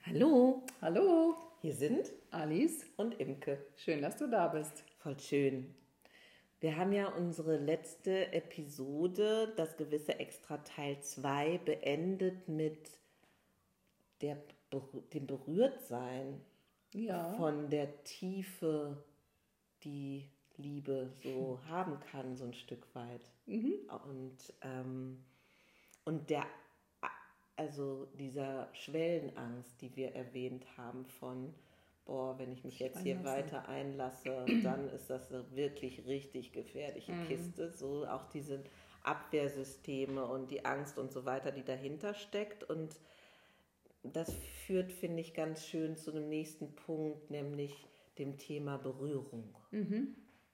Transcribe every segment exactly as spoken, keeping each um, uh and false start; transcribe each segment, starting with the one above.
Hallo, Hallo, hier sind Alice. und Imke. Schön, dass du da bist. Voll schön. Wir haben ja unsere letzte Episode, das gewisse Extra Teil zwei, beendet mit der, dem Berührtsein Ja. von der Tiefe, die Liebe so haben kann, so ein Stück weit. Mhm. Und, ähm, und der, also dieser Schwellenangst, die wir erwähnt haben von, boah, wenn ich mich jetzt hier Einlassen. weiter einlasse, dann ist das eine wirklich richtig gefährliche Mhm. Kiste. So auch diese Abwehrsysteme und die Angst und so weiter, die dahinter steckt. Und das führt, finde ich, ganz schön zu einem nächsten Punkt, nämlich dem Thema Berührung. Mhm.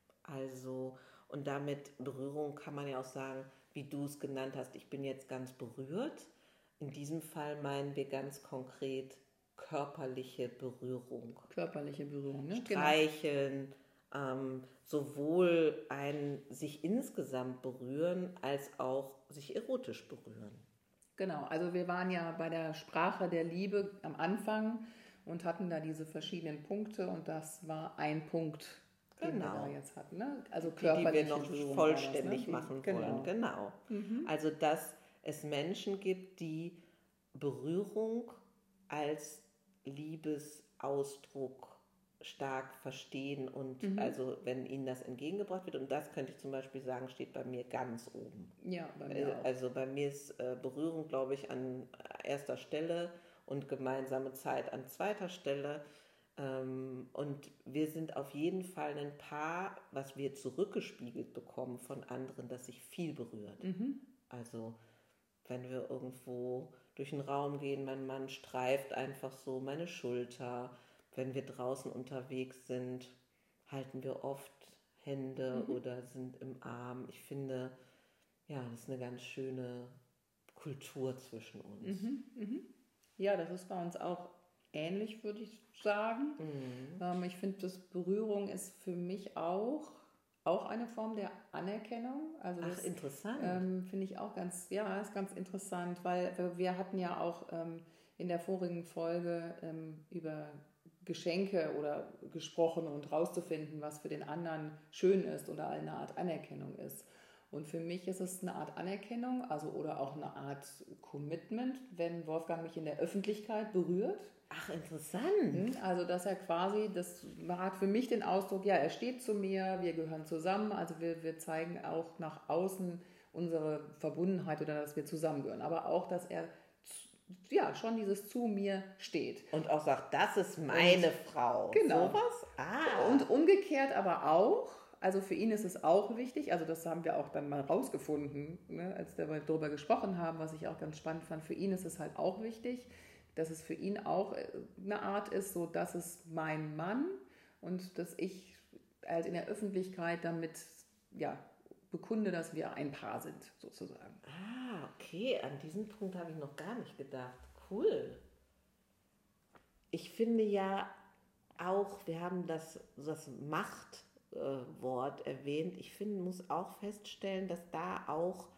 Also, und damit Berührung kann man ja auch sagen, wie du es genannt hast, ich bin jetzt ganz berührt. In diesem Fall meinen wir ganz konkret körperliche Berührung. Körperliche Berührung, ne? Streicheln, ähm, sowohl ein sich insgesamt berühren, als auch sich erotisch berühren. Genau, also wir waren ja bei der Sprache der Liebe am Anfang und hatten da diese verschiedenen Punkte und das war ein Punkt, den Genau. wir da jetzt hatten. Ne? Also Die, körperliche die wir noch Berührung vollständig war das, ne? machen Die, wollen. Genau. Mhm. Also, dass es Menschen gibt, die Berührung als Liebesausdruck stark verstehen und Mhm. also wenn ihnen das entgegengebracht wird, und das könnte ich zum Beispiel sagen, steht bei mir ganz oben. Ja, bei mir Äh, auch. Also bei mir ist äh, Berührung, glaube ich, an erster Stelle und gemeinsame Zeit an zweiter Stelle. Ähm, und wir sind auf jeden Fall ein Paar, was wir zurückgespiegelt bekommen von anderen, das sich viel berührt. Mhm. Also wenn wir irgendwo durch den Raum gehen, mein Mann streift einfach so meine Schulter. Wenn wir draußen unterwegs sind, halten wir oft Hände Mhm. oder sind im Arm. Ich finde, ja, das ist eine ganz schöne Kultur zwischen uns. Mhm. Mhm. Ja, das ist bei uns auch ähnlich, würde ich sagen. Mhm. Ähm, ich finde, das Berührung ist für mich auch, auch eine Form der Anerkennung. Also Ach, das interessant. ähm, finde ich auch ganz, ja, ist ganz interessant, weil wir- wir hatten ja auch ähm, in der vorigen Folge ähm, über Geschenke oder gesprochen und rauszufinden, was für den anderen schön ist oder eine Art Anerkennung ist. Und für mich ist es eine Art Anerkennung, also oder auch eine Art Commitment, wenn Wolfgang mich in der Öffentlichkeit berührt. Ach, interessant. Also, dass er quasi, das hat für mich den Ausdruck, ja, er steht zu mir, wir gehören zusammen, also wir, wir zeigen auch nach außen unsere Verbundenheit oder dass wir zusammengehören, aber auch, dass er ja schon dieses zu mir steht. Und auch sagt, das ist meine Und, Frau. Genau. Sowas? Ah. Und umgekehrt aber auch, also für ihn ist es auch wichtig, also das haben wir auch dann mal rausgefunden, ne, als wir darüber gesprochen haben, was ich auch ganz spannend fand, für ihn ist es halt auch wichtig, dass es für ihn auch eine Art ist, so das ist mein Mann und dass ich halt in der Öffentlichkeit damit ja, bekunde, dass wir ein Paar sind, sozusagen. Ah, okay, an diesen Punkt habe ich noch gar nicht gedacht. Cool. Ich finde ja auch, wir haben das, das Machtwort äh, erwähnt, ich finde, muss auch feststellen, dass da auch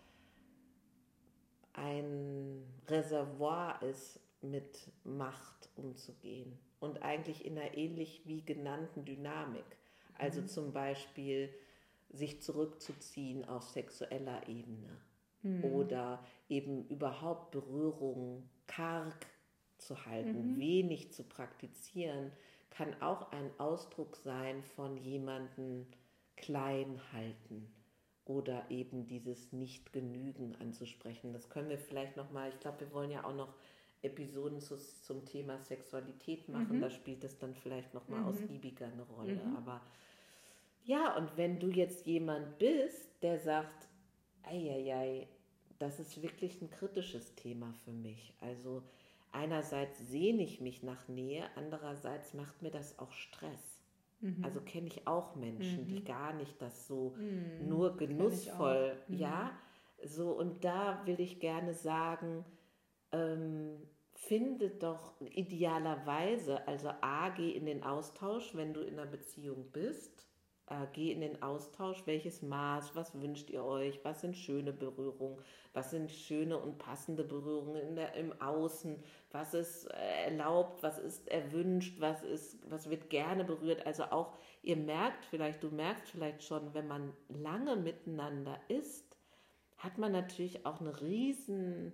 ein Reservoir ist, mit Macht umzugehen und eigentlich in einer ähnlich wie genannten Dynamik. Also Mhm. zum Beispiel sich zurückzuziehen auf sexueller Ebene Mhm. oder eben überhaupt Berührung karg zu halten, Mhm. wenig zu praktizieren, kann auch ein Ausdruck sein von jemanden klein halten oder eben dieses Nicht-Genügen anzusprechen. Das können wir vielleicht nochmal, ich glaube, wir wollen ja auch noch Episoden zu, zum Thema Sexualität machen, Mhm. da spielt es dann vielleicht nochmal Mhm. ausgiebiger eine Rolle. Mhm. Aber ja, und wenn du jetzt jemand bist, der sagt, eieiei, das ist wirklich ein kritisches Thema für mich. Also einerseits sehne ich mich nach Nähe, andererseits macht mir das auch Stress. Mhm. Also kenne ich auch Menschen, Mhm. die gar nicht das so Mhm. nur Kenn ich genussvoll, auch. Mhm. ja, so, und da will ich gerne sagen, ähm, finde doch idealerweise, also A, geh in den Austausch, wenn du in einer Beziehung bist, äh, geh in den Austausch, welches Maß, was wünscht ihr euch, was sind schöne Berührungen, was sind schöne und passende Berührungen in der, im Außen, was ist äh, erlaubt, was ist erwünscht, was ist, was wird gerne berührt. Also auch, ihr merkt vielleicht, du merkst vielleicht schon, wenn man lange miteinander ist, hat man natürlich auch eine riesen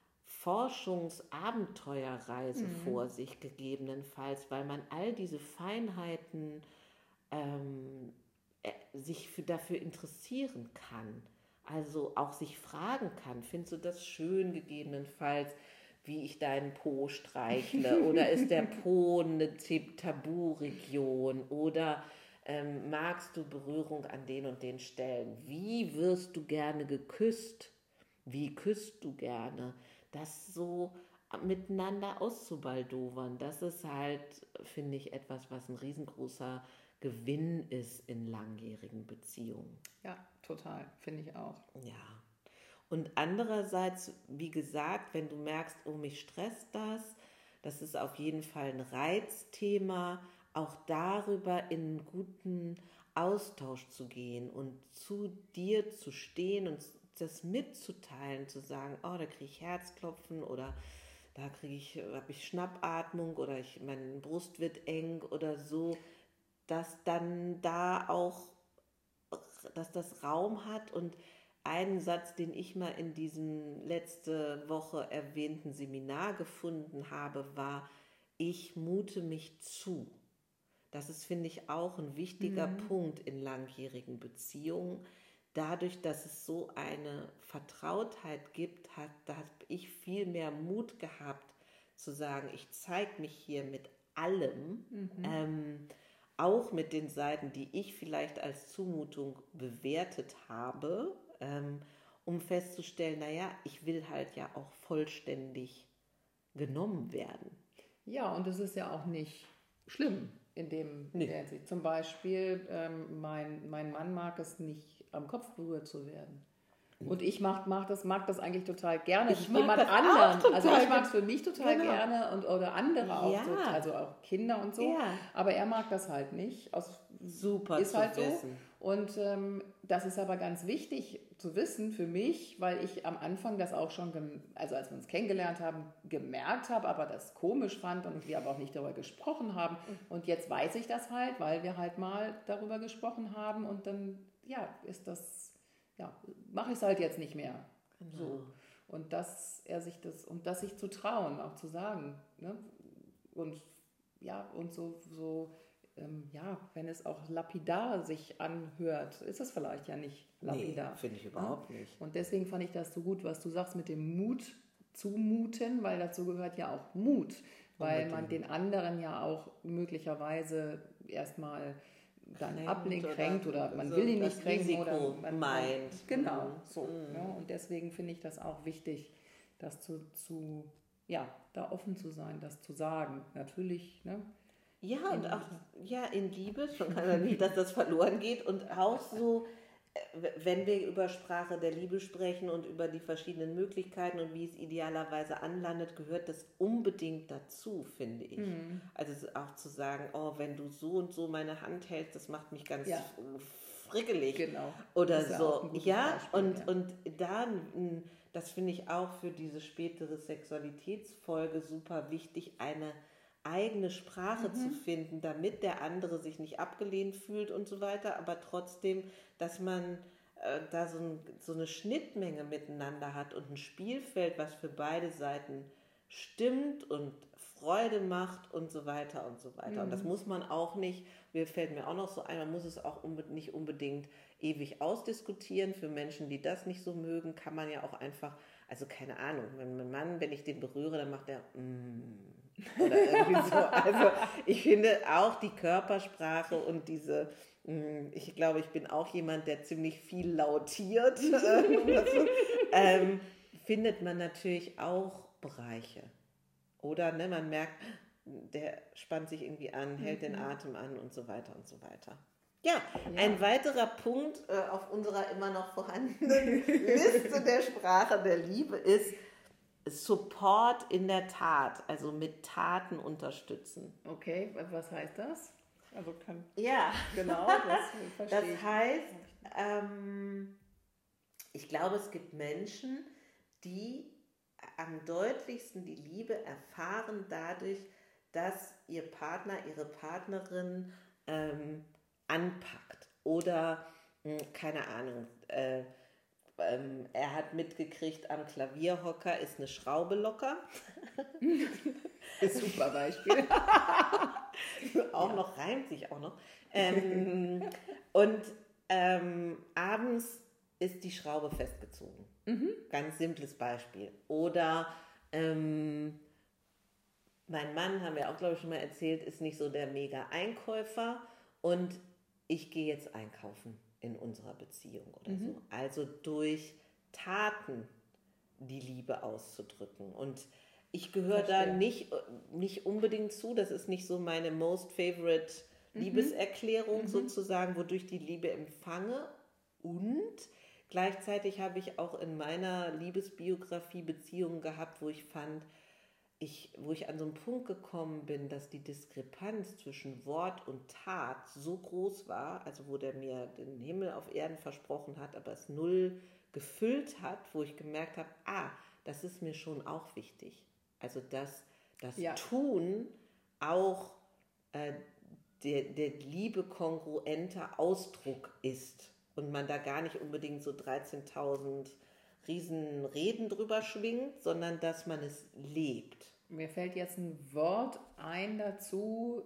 Forschungsabenteuerreise mhm. vor sich gegebenenfalls, weil man all diese Feinheiten ähm, äh, sich für, dafür interessieren kann. Also auch sich fragen kann, findest du das schön gegebenenfalls, wie ich deinen Po streichle? Oder ist der Po eine Taburegion? Oder ähm, magst du Berührung an den und den Stellen? Wie wirst du gerne geküsst? Wie küsst du gerne? Das so miteinander auszubaldowern, das ist halt, finde ich, etwas, was ein riesengroßer Gewinn ist in langjährigen Beziehungen. Ja, total, finde ich auch. Ja. Und andererseits, wie gesagt, wenn du merkst, oh, mich stresst das, das ist auf jeden Fall ein Reizthema, auch darüber in einen guten Austausch zu gehen und zu dir zu stehen und das mitzuteilen, zu sagen, oh, da kriege ich Herzklopfen oder da kriege ich, habe ich Schnappatmung oder ich, meine Brust wird eng oder so, dass dann da auch, dass das Raum hat. Und einen Satz, den ich mal in diesem letzte Woche erwähnten Seminar gefunden habe, war, ich mute mich zu. Das ist, finde ich, auch ein wichtiger mhm. Punkt in langjährigen Beziehungen. Dadurch, dass es so eine Vertrautheit gibt, hat, da habe ich viel mehr Mut gehabt, zu sagen, ich zeige mich hier mit allem, mhm. ähm, auch mit den Seiten, die ich vielleicht als Zumutung bewertet habe, ähm, um festzustellen, naja, ich will halt ja auch vollständig genommen werden. Ja, und es ist ja auch nicht schlimm in dem nee. Hinsicht. Zum Beispiel, ähm, mein, mein Mann mag es nicht, am Kopf berührt zu werden. Und ich mag, mag, das, mag das eigentlich total gerne. Ich mag jemand anderen. Also ich mag es für mich total genau. gerne und oder andere ja. auch, so, also auch Kinder und so. Ja. Aber er mag das halt nicht. Aus, Super ist zu halt wissen. So. Und ähm, das ist aber ganz wichtig zu wissen für mich, weil ich am Anfang das auch schon, gem- also als wir uns kennengelernt haben, gemerkt habe, aber das komisch fand und wir aber auch nicht darüber gesprochen haben. Und jetzt weiß ich das halt, weil wir halt mal darüber gesprochen haben und dann, ja, ist das, ja, mache ich es halt jetzt nicht mehr. Genau. So. Und dass er sich das, und das sich zu trauen, auch zu sagen, ne? Und ja, und so, so ähm, ja, wenn es auch lapidar sich anhört, ist es vielleicht ja nicht lapidar. Nee, finde ich überhaupt ja? nicht. Und deswegen fand ich das so gut, was du sagst mit dem Mut zumuten, weil dazu gehört ja auch Mut, weil man den anderen ja auch möglicherweise erstmal dann kränkt ablehnt, kränkt oder, oder man so will ihn nicht kränken Risiko oder man meint. Genau, mhm. so. Mhm. Ja, und deswegen finde ich das auch wichtig, das zu, zu, ja, da offen zu sein, das zu sagen. Natürlich, ne? Ja, und auch ja, in Liebe, schon kann nicht, dass das verloren geht. Und auch so, wenn wir über Sprache der Liebe sprechen und über die verschiedenen Möglichkeiten und wie es idealerweise anlandet, gehört das unbedingt dazu, finde ich. Mhm. Also auch zu sagen, oh, wenn du so und so meine Hand hältst, das macht mich ganz ja. frickelig. Genau. Oder ja so. Ja, Beispiel, und, ja. und dann, das finde ich auch für diese spätere Sexualitätsfolge super wichtig, eine eigene Sprache mhm. zu finden, damit der andere sich nicht abgelehnt fühlt und so weiter, aber trotzdem, dass man äh, da so, ein, so eine Schnittmenge miteinander hat und ein Spielfeld, was für beide Seiten stimmt und Freude macht und so weiter und so weiter. Mhm. Und das muss man auch nicht, mir fällt mir auch noch so ein, man muss es auch unbe- nicht unbedingt ewig ausdiskutieren. Für Menschen, die das nicht so mögen, kann man ja auch einfach, also keine Ahnung, wenn mein Mann, wenn ich den berühre, dann macht er mm, oder irgendwie so. Also ich finde auch die Körpersprache und diese, ich glaube, ich bin auch jemand, der ziemlich viel lautiert, ähm, findet man natürlich auch Bereiche. Oder ne, man merkt, der spannt sich irgendwie an, hält mhm. den Atem an und so weiter und so weiter. Ja, ja. Ein weiterer Punkt äh, auf unserer immer noch vorhandenen Liste der Sprache der Liebe ist Support in der Tat, also mit Taten unterstützen. Okay, was heißt das? Also kann, ja, genau, das verstehe das ich. heißt, ähm, ich glaube, es gibt Menschen, die am deutlichsten die Liebe erfahren dadurch, dass ihr Partner, ihre Partnerin ähm, anpackt oder, mh, keine Ahnung, äh, ähm, er hat mitgekriegt, am Klavierhocker ist eine Schraube locker. Super Beispiel. Auch Ja. noch, reimt sich auch noch. Ähm, und ähm, abends ist die Schraube festgezogen. Mhm. Ganz simples Beispiel. Oder ähm, mein Mann, haben wir auch, glaube ich, schon mal erzählt, ist nicht so der Mega-Einkäufer und ich gehe jetzt einkaufen in unserer Beziehung oder Mhm. so. Also durch Taten die Liebe auszudrücken. Und ich gehöre da Verstehe. nicht, nicht unbedingt zu, das ist nicht so meine most favorite Mhm. Liebeserklärung Mhm. sozusagen, wodurch ich die Liebe empfange. Und gleichzeitig habe ich auch in meiner Liebesbiografie Beziehungen gehabt, wo ich fand, ich, wo ich an so einen Punkt gekommen bin, dass die Diskrepanz zwischen Wort und Tat so groß war, also wo der mir den Himmel auf Erden versprochen hat, aber es null gefüllt hat, wo ich gemerkt habe, ah, das ist mir schon auch wichtig. Also dass das Ja. Tun auch äh, der, der Liebe kongruenter Ausdruck ist und man da gar nicht unbedingt so dreizehntausend riesen Reden drüber schwingt, sondern dass man es lebt. Mir fällt jetzt ein Wort ein dazu.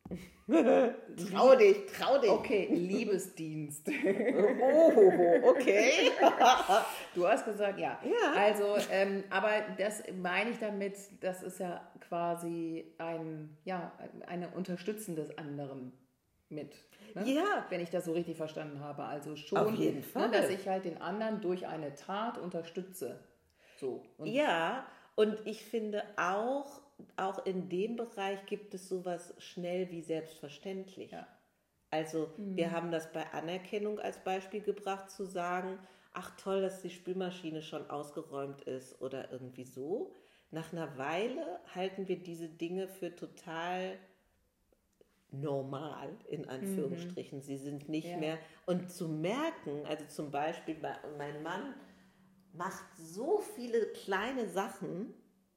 Trau dich, trau dich. Okay, Liebesdienst. Oh, okay. Du hast gesagt, ja. Ja. Also, ähm, aber das meine ich damit, das ist ja quasi ein, ja, eine Unterstützen des anderen mit. Ne? Ja. Wenn ich das so richtig verstanden habe. Also schon, Auf jeden Fall. Ne, dass ich halt den anderen durch eine Tat unterstütze. So. Und Ja, und ich finde auch, auch in dem Bereich gibt es sowas schnell wie selbstverständlich. Ja. Also wir haben das bei Anerkennung als Beispiel gebracht, zu sagen, ach toll, dass die Spülmaschine schon ausgeräumt ist oder irgendwie so. Nach einer Weile halten wir diese Dinge für total normal, in Anführungsstrichen. Sie sind nicht Ja. mehr. Und zu merken, also zum Beispiel, mein Mann macht so viele kleine Sachen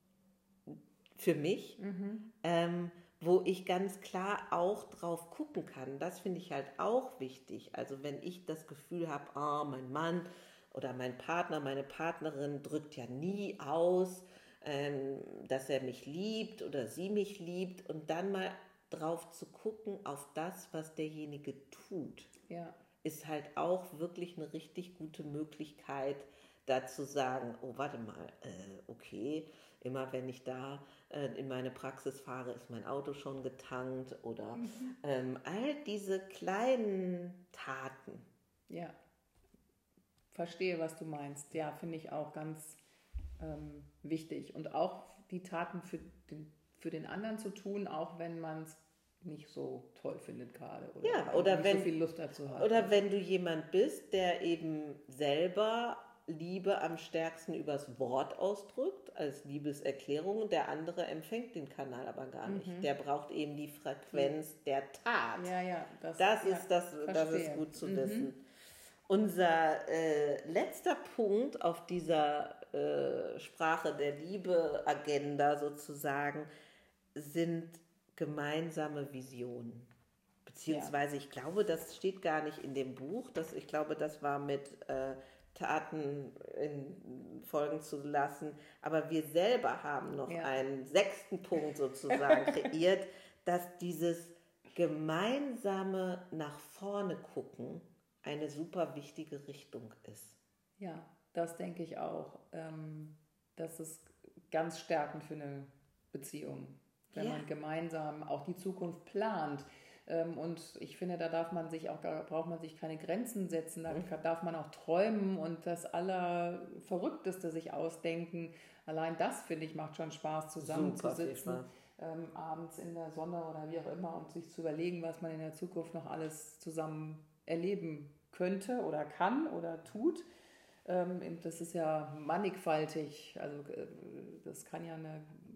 für mich, Mhm. ähm, wo ich ganz klar auch drauf gucken kann. Das finde ich halt auch wichtig. Also wenn ich das Gefühl habe, oh, mein Mann oder mein Partner, meine Partnerin drückt ja nie aus, ähm, dass er mich liebt oder sie mich liebt und dann mal drauf zu gucken auf das, was derjenige tut, Ja. ist halt auch wirklich eine richtig gute Möglichkeit, da zu sagen, oh, warte mal, äh, okay, immer wenn ich da äh, in meine Praxis fahre, ist mein Auto schon getankt oder Mhm. ähm, all diese kleinen Taten. Ja. Verstehe, was du meinst. Ja, finde ich auch ganz ähm, wichtig. Und auch die Taten für den, für den anderen zu tun, auch wenn man es nicht so toll findet gerade. Oder, Ja, oder nicht wenn, so viel Lust dazu hat. oder wenn du jemand bist, der eben selber Liebe am stärksten übers Wort ausdrückt, als Liebeserklärung, der andere empfängt den Kanal aber gar nicht. Mhm. Der braucht eben die Frequenz der Tat. Ja, ja. Das, Das ja, ist, das, das ist verstehe. gut zu Mhm. wissen. Unser äh, letzter Punkt auf dieser äh, Sprache der Liebe-Agenda sozusagen sind gemeinsame Visionen. Beziehungsweise, ich glaube, das steht gar nicht in dem Buch. Das, ich glaube, das war mit äh, Taten in Folgen zu lassen. Aber wir selber haben noch Ja. einen sechsten Punkt sozusagen kreiert, dass dieses gemeinsame nach vorne gucken eine super wichtige Richtung ist. Ja, das denke ich auch. Ähm, das ist ganz stärkend für eine Beziehung, wenn Ja. man gemeinsam auch die Zukunft plant. Ähm, und ich finde, da darf man sich auch, da braucht man sich keine Grenzen setzen, da Mhm. darf man auch träumen und das Allerverrückteste sich ausdenken. Allein das, finde ich, macht schon Spaß, Super viel zusammenzusitzen, Spaß. ähm, abends in der Sonne oder wie auch immer und sich zu überlegen, was man in der Zukunft noch alles zusammen erleben könnte oder kann oder tut. Ähm, das ist ja mannigfaltig, also äh, das kann ja eine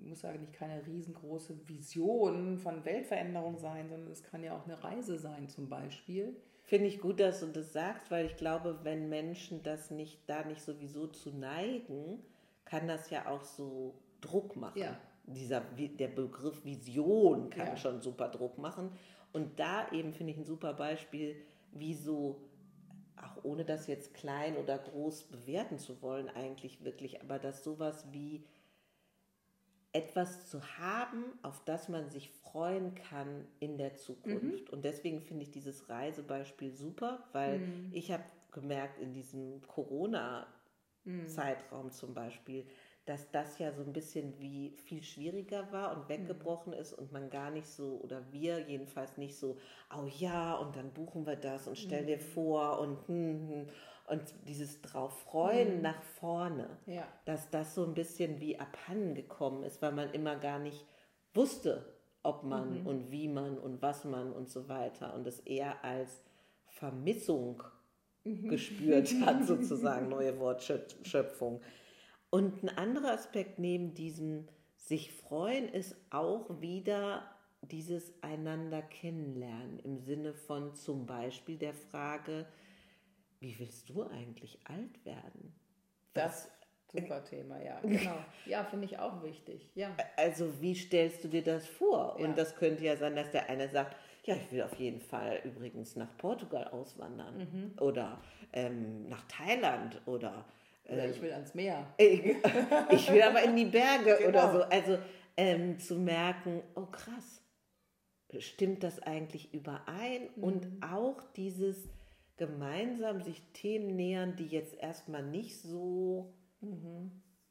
muss ja eigentlich keine riesengroße Vision von Weltveränderung sein, sondern es kann ja auch eine Reise sein zum Beispiel. Finde ich gut, dass du das sagst, weil ich glaube, wenn Menschen das nicht, da nicht sowieso zu neigen, kann das ja auch so Druck machen. Ja. Dieser, der Begriff Vision kann Ja. schon super Druck machen. Und da eben finde ich ein super Beispiel, wie so, auch ohne das jetzt klein oder groß bewerten zu wollen eigentlich wirklich, aber dass sowas wie etwas zu haben, auf das man sich freuen kann in der Zukunft. Mhm. Und deswegen finde ich dieses Reisebeispiel super, weil mhm. ich habe gemerkt in diesem Corona-Zeitraum mhm. zum Beispiel, dass das ja so ein bisschen wie viel schwieriger war und weggebrochen mhm. ist und man gar nicht so, oder wir jedenfalls nicht so, oh ja, und dann buchen wir das und stell mhm. dir vor und hm, hm, und dieses drauf freuen mhm. nach vorne, ja. dass das so ein bisschen wie abhanden gekommen ist, weil man immer gar nicht wusste, ob man mhm. und wie man und was man und so weiter und es eher als Vermissung mhm. gespürt hat, sozusagen, neue Wortschöpfung. Und ein anderer Aspekt neben diesem sich freuen ist auch wieder dieses einander kennenlernen im Sinne von zum Beispiel der Frage, wie willst du eigentlich alt werden? Das super Thema, ja, genau. Ja, finde ich auch wichtig, ja. Also wie stellst du dir das vor? Ja. Und das könnte ja sein, dass der eine sagt, ja, ich will auf jeden Fall übrigens nach Portugal auswandern mhm. oder ähm, nach Thailand oder Oder ich will ans Meer. Ich, ich will aber in die Berge genau. oder so. Also ähm, zu merken, oh krass, stimmt das eigentlich überein? Mhm. Und auch dieses gemeinsam sich Themen nähern, die jetzt erstmal nicht so mhm.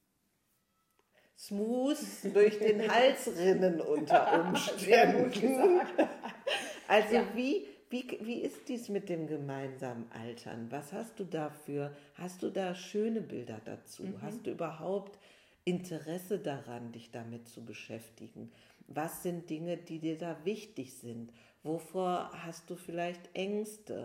smooth durch den Hals rinnen unter Umständen. Also ja. wie... Wie, wie ist dies mit dem gemeinsamen Altern? Was hast du dafür? Hast du da schöne Bilder dazu? Mhm. Hast du überhaupt Interesse daran, dich damit zu beschäftigen? Was sind Dinge, die dir da wichtig sind? Wovor hast du vielleicht Ängste?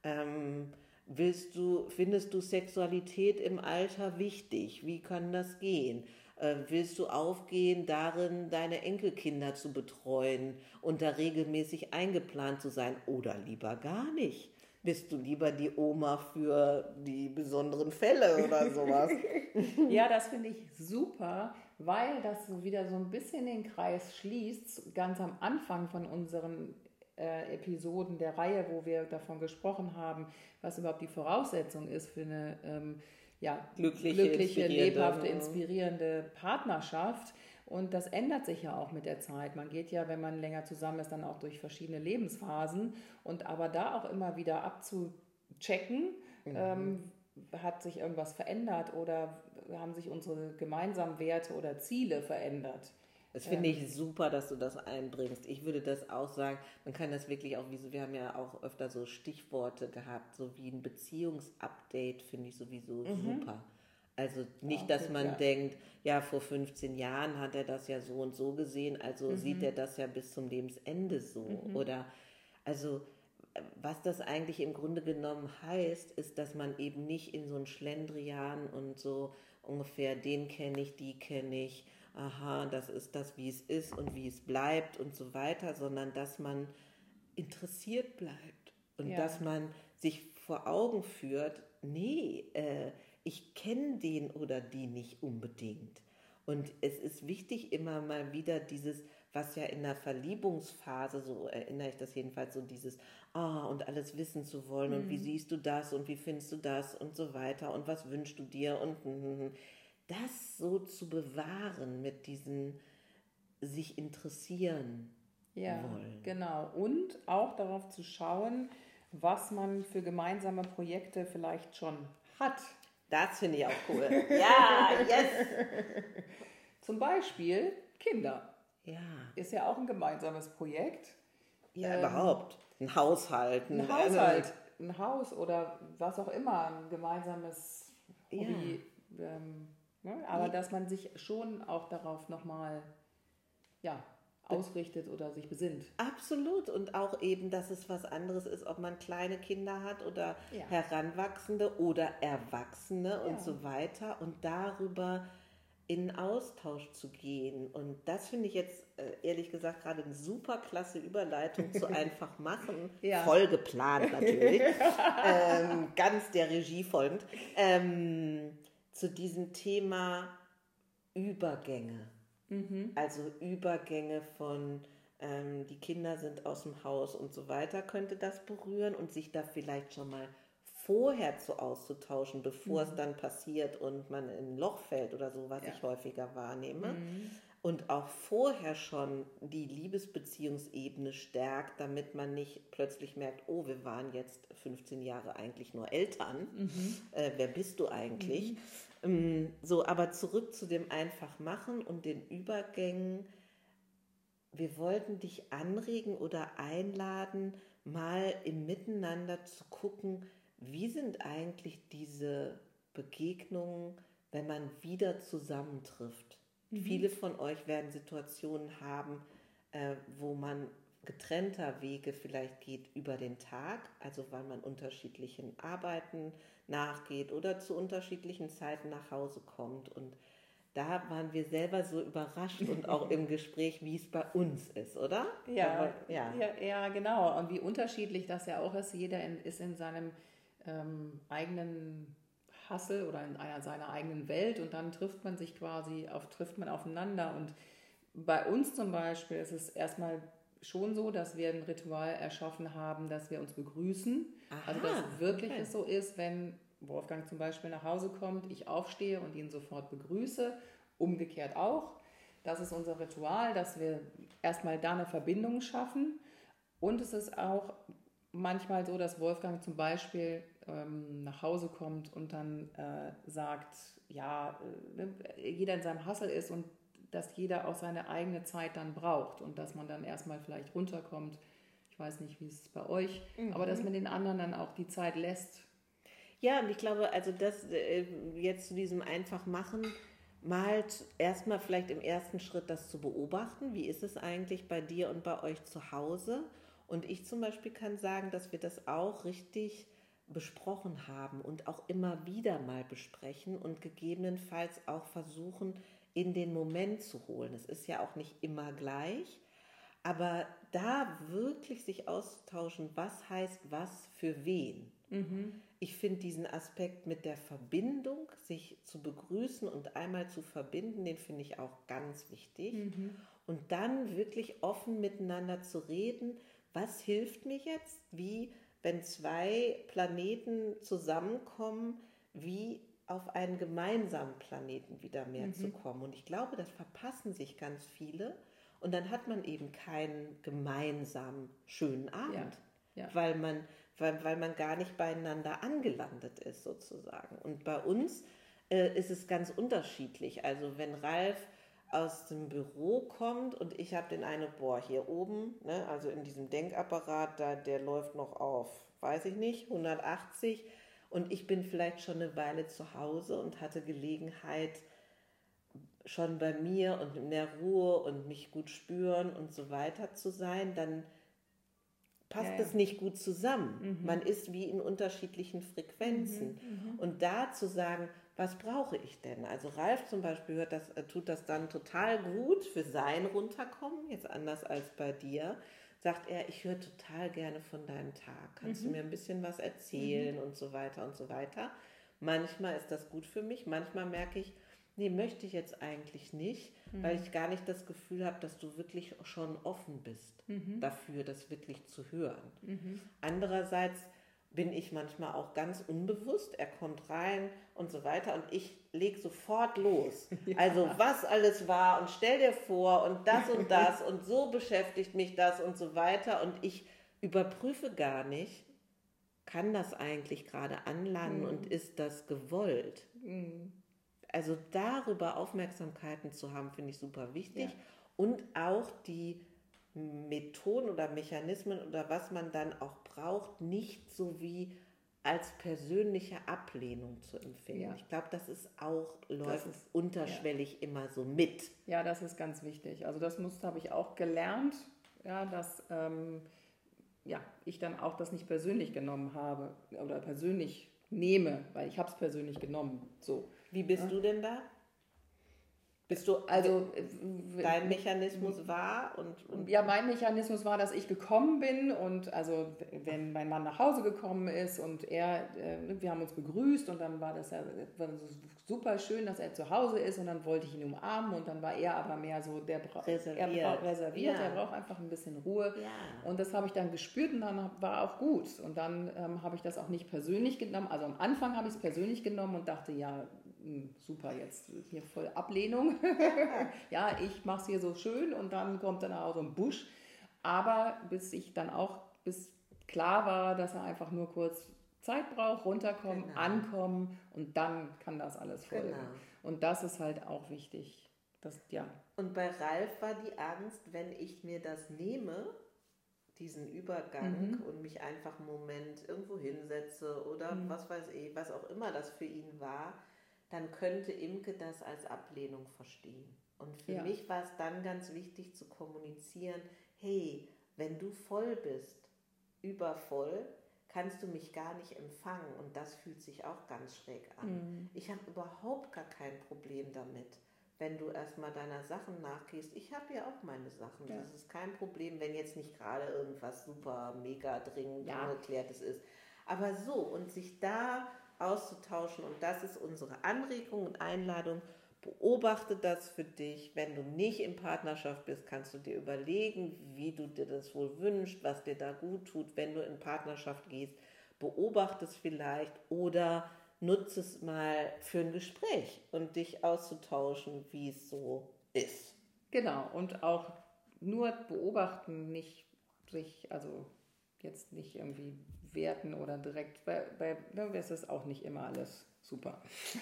Ähm, willst du, findest du Sexualität im Alter wichtig? Wie kann das gehen? Willst du aufgehen darin, deine Enkelkinder zu betreuen und da regelmäßig eingeplant zu sein oder lieber gar nicht? Bist du lieber die Oma für die besonderen Fälle oder sowas? Ja, das finde ich super, weil das wieder so ein bisschen den Kreis schließt, ganz am Anfang von unseren äh, Episoden der Reihe, wo wir davon gesprochen haben, was überhaupt die Voraussetzung ist für eine ähm, ja, glückliche, glückliche lebhafte, inspirierende Partnerschaft. Und das ändert sich ja auch mit der Zeit. Man geht ja, wenn man länger zusammen ist, dann auch durch verschiedene Lebensphasen. Und aber da auch immer wieder abzuchecken, mhm. ähm, hat sich irgendwas verändert oder haben sich unsere gemeinsamen Werte oder Ziele verändert. Das finde ich super, dass du das einbringst. Ich würde das auch sagen, man kann das wirklich auch, wie so, wir haben ja auch öfter so Stichworte gehabt, so wie ein Beziehungsupdate finde ich sowieso mhm. super. Also nicht, okay, dass man ja. denkt, ja, vor fünfzehn Jahren hat er das ja so und so gesehen, also mhm. sieht er das ja bis zum Lebensende so. Mhm. Oder, also, was das eigentlich im Grunde genommen heißt, ist, dass man eben nicht in so ein Schlendrian und so ungefähr, den kenne ich, die kenne ich, aha, das ist das, wie es ist und wie es bleibt und so weiter, sondern dass man interessiert bleibt und ja. dass man sich vor Augen führt, nee, äh, ich kenne den oder die nicht unbedingt. Und es ist wichtig, immer mal wieder dieses, was ja in der Verliebungsphase, so erinnere ich das jedenfalls, so dieses, ah, und alles wissen zu wollen mhm. und wie siehst du das und wie findest du das und so weiter und was wünschst du dir und mm, das so zu bewahren mit diesem sich interessieren ja, wollen. Genau. Und auch darauf zu schauen, was man für gemeinsame Projekte vielleicht schon hat. Das finde ich auch cool. Ja, yes! Zum Beispiel Kinder. Ja. Ist ja auch ein gemeinsames Projekt. Ja, ähm, überhaupt. Ein Haushalt. Ein, ein Haushalt. Ein Haus oder was auch immer. Ein gemeinsames Hobby. Ja. Ähm, ne? Aber ja. dass man sich schon auch darauf nochmal ja, ausrichtet oder sich besinnt. Absolut. Und auch eben, dass es was anderes ist, ob man kleine Kinder hat oder ja. Heranwachsende oder Erwachsene ja. und so weiter. Und darüber in Austausch zu gehen. Und das finde ich jetzt äh, ehrlich gesagt gerade eine super klasse Überleitung zu einfach machen. Ja. Voll geplant natürlich, ähm, ganz der Regie folgend, ähm, zu diesem Thema Übergänge. Mhm. Also Übergänge von ähm, die Kinder sind aus dem Haus und so weiter, könnte das berühren und sich da vielleicht schon mal vorher zu auszutauschen, bevor mhm. es dann passiert und man in ein Loch fällt oder so, was ja. ich häufiger wahrnehme. Mhm. Und auch vorher schon die Liebesbeziehungsebene stärkt, damit man nicht plötzlich merkt, oh, wir waren jetzt fünfzehn Jahre eigentlich nur Eltern. Mhm. Äh, wer bist du eigentlich? Mhm. Ähm, so, aber zurück zu dem Einfachmachen und den Übergängen. Wir wollten dich anregen oder einladen, mal im Miteinander zu gucken, wie sind eigentlich diese Begegnungen, wenn man wieder zusammentrifft? Mhm. Viele von euch werden Situationen haben, äh, wo man getrennter Wege vielleicht geht über den Tag, also weil man unterschiedlichen Arbeiten nachgeht oder zu unterschiedlichen Zeiten nach Hause kommt. Und da waren wir selber so überrascht und auch im Gespräch, wie es bei uns ist, oder? Ja, Aber, ja. ja, ja, genau. Und wie unterschiedlich das ja auch ist. Jeder in, ist in seinem ähm, eigenen Hustle oder in einer, seiner eigenen Welt und dann trifft man sich quasi, auf, trifft man aufeinander. Und bei uns zum Beispiel ist es erstmal schon so, dass wir ein Ritual erschaffen haben, dass wir uns begrüßen. Aha, also dass wirklich okay. es so ist, wenn Wolfgang zum Beispiel nach Hause kommt, ich aufstehe und ihn sofort begrüße, umgekehrt auch. Das ist unser Ritual, dass wir erstmal da eine Verbindung schaffen. Und es ist auch manchmal so, dass Wolfgang zum Beispiel ähm, nach Hause kommt und dann äh, sagt, ja, äh, jeder in seinem Hustle ist und dass jeder auch seine eigene Zeit dann braucht und dass man dann erstmal vielleicht runterkommt. Ich weiß nicht, wie es bei euch, mhm. aber dass man den anderen dann auch die Zeit lässt. Ja, und ich glaube, also das äh, jetzt zu diesem Einfachmachen, mal erstmal vielleicht im ersten Schritt das zu beobachten. Wie ist es eigentlich bei dir und bei euch zu Hause? Und ich zum Beispiel kann sagen, dass wir das auch richtig besprochen haben und auch immer wieder mal besprechen und gegebenenfalls auch versuchen, in den Moment zu holen. Es ist ja auch nicht immer gleich, aber da wirklich sich auszutauschen, was heißt was für wen. Mhm. Ich finde diesen Aspekt mit der Verbindung, sich zu begrüßen und einmal zu verbinden, den finde ich auch ganz wichtig. Mhm. Und dann wirklich offen miteinander zu reden, was hilft mir jetzt, wie, wenn zwei Planeten zusammenkommen, wie auf einen gemeinsamen Planeten wieder mehr mhm. zu kommen. Und ich glaube, das verpassen sich ganz viele. Und dann hat man eben keinen gemeinsamen schönen Abend, ja. Ja. weil man Weil, weil man gar nicht beieinander angelandet ist sozusagen. Und bei uns äh, ist es ganz unterschiedlich. Also wenn Ralf aus dem Büro kommt und ich habe den einen, boah, hier oben, ne, also in diesem Denkapparat, da, der läuft noch auf, weiß ich nicht, hundertachtzig und ich bin vielleicht schon eine Weile zu Hause und hatte Gelegenheit, schon bei mir und in der Ruhe und mich gut spüren und so weiter zu sein, dann passt ja, ja. es nicht gut zusammen. Mhm. Man ist wie in unterschiedlichen Frequenzen. Mhm, mhm. Und da zu sagen, was brauche ich denn? Also Ralf zum Beispiel hört das, tut das dann total gut für sein Runterkommen, jetzt anders als bei dir. Sagt er, ich höre total gerne von deinem Tag. Kannst mhm. du mir ein bisschen was erzählen mhm. und so weiter und so weiter. Manchmal ist das gut für mich, manchmal merke ich, nee, möchte ich jetzt eigentlich nicht, mhm. weil ich gar nicht das Gefühl habe, dass du wirklich schon offen bist mhm. dafür, das wirklich zu hören. Mhm. Andererseits bin ich manchmal auch ganz unbewusst, er kommt rein und so weiter und ich lege sofort los. Ja. Also was alles war und stell dir vor und das und das und so beschäftigt mich das und so weiter und ich überprüfe gar nicht, kann das eigentlich gerade anlanden mhm. und ist das gewollt? Mhm. Also darüber Aufmerksamkeiten zu haben, finde ich super wichtig. Ja. Und auch die Methoden oder Mechanismen oder was man dann auch braucht, nicht so wie als persönliche Ablehnung zu empfinden. Ja. Ich glaube, das ist auch, läuft das ist, unterschwellig ja. immer so mit. Ja, das ist ganz wichtig. Also das muss, habe ich auch gelernt, ja, dass ähm, ja, ich dann auch das nicht persönlich genommen habe oder persönlich nehme, weil ich habe es persönlich genommen. So. Wie bist ja. du denn da? Bist du, Also dein Mechanismus war und, und ja, mein Mechanismus war, dass ich gekommen bin und also wenn mein Mann nach Hause gekommen ist und er, äh, wir haben uns begrüßt und dann war das ja war das super schön, dass er zu Hause ist und dann wollte ich ihn umarmen und dann war er aber mehr so, der bra- reserviert, er braucht reserviert, ja. er braucht einfach ein bisschen Ruhe Ja. und das habe ich dann gespürt und dann war auch gut und dann ähm, habe ich das auch nicht persönlich genommen, also am Anfang habe ich es persönlich genommen und dachte, ja, mh, super, jetzt hier voll Ablehnung. Ja, ich mache es hier so schön und dann kommt dann auch so ein Busch. Aber bis ich dann auch, bis klar war, dass er einfach nur kurz Zeit braucht, runterkommen, Genau. ankommen und dann kann das alles folgen. Genau. Und das ist halt auch wichtig. Das, ja. Und bei Ralf war die Angst, wenn ich mir das nehme, diesen Übergang Mhm. und mich einfach einen Moment irgendwo hinsetze oder Mhm. was weiß ich, was auch immer das für ihn war, dann könnte Imke das als Ablehnung verstehen. Und für Ja. mich war es dann ganz wichtig zu kommunizieren, hey, wenn du voll bist, übervoll, kannst du mich gar nicht empfangen und das fühlt sich auch ganz schräg an. Mhm. Ich habe überhaupt gar kein Problem damit, wenn du erstmal deiner Sachen nachgehst. Ich habe ja auch meine Sachen. Ja. Das ist kein Problem, wenn jetzt nicht gerade irgendwas super, mega dringend Ja. ungeklärtes ist. Aber so, und sich da auszutauschen, und das ist unsere Anregung und Einladung, beobachte das für dich. Wenn du nicht in Partnerschaft bist, kannst du dir überlegen, wie du dir das wohl wünschst, was dir da gut tut. Wenn du in Partnerschaft gehst, beobachte es vielleicht oder nutze es mal für ein Gespräch und dich auszutauschen, wie es so ist. Genau, und auch nur beobachten, nicht sich, also jetzt nicht irgendwie werten oder direkt, bei, bei ne, ist es auch nicht immer alles super.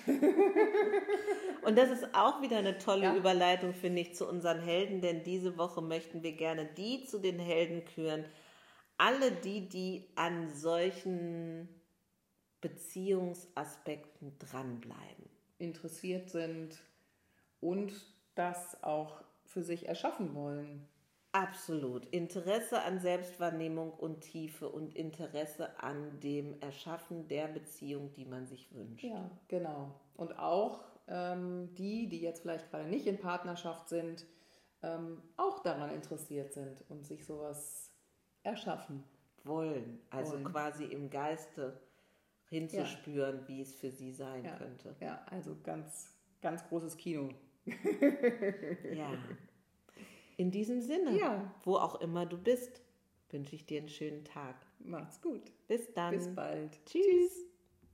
Und das ist auch wieder eine tolle Ja. Überleitung, finde ich, zu unseren Helden, denn diese Woche möchten wir gerne die zu den Helden küren. Alle die, die an solchen Beziehungsaspekten dranbleiben. Interessiert sind und das auch für sich erschaffen wollen. Absolut. Interesse an Selbstwahrnehmung und Tiefe und Interesse an dem Erschaffen der Beziehung, die man sich wünscht. Ja, genau. Und auch ähm, die, die jetzt vielleicht gerade nicht in Partnerschaft sind, ähm, auch daran interessiert sind und sich sowas erschaffen. Wollen, also Wollen. quasi im Geiste hinzuspüren, ja. wie es für sie sein ja. könnte. Ja, also ganz, ganz großes Kino. Ja. In diesem Sinne, ja. wo auch immer du bist, wünsche ich dir einen schönen Tag. Macht's gut. Bis dann. Bis bald. Tschüss.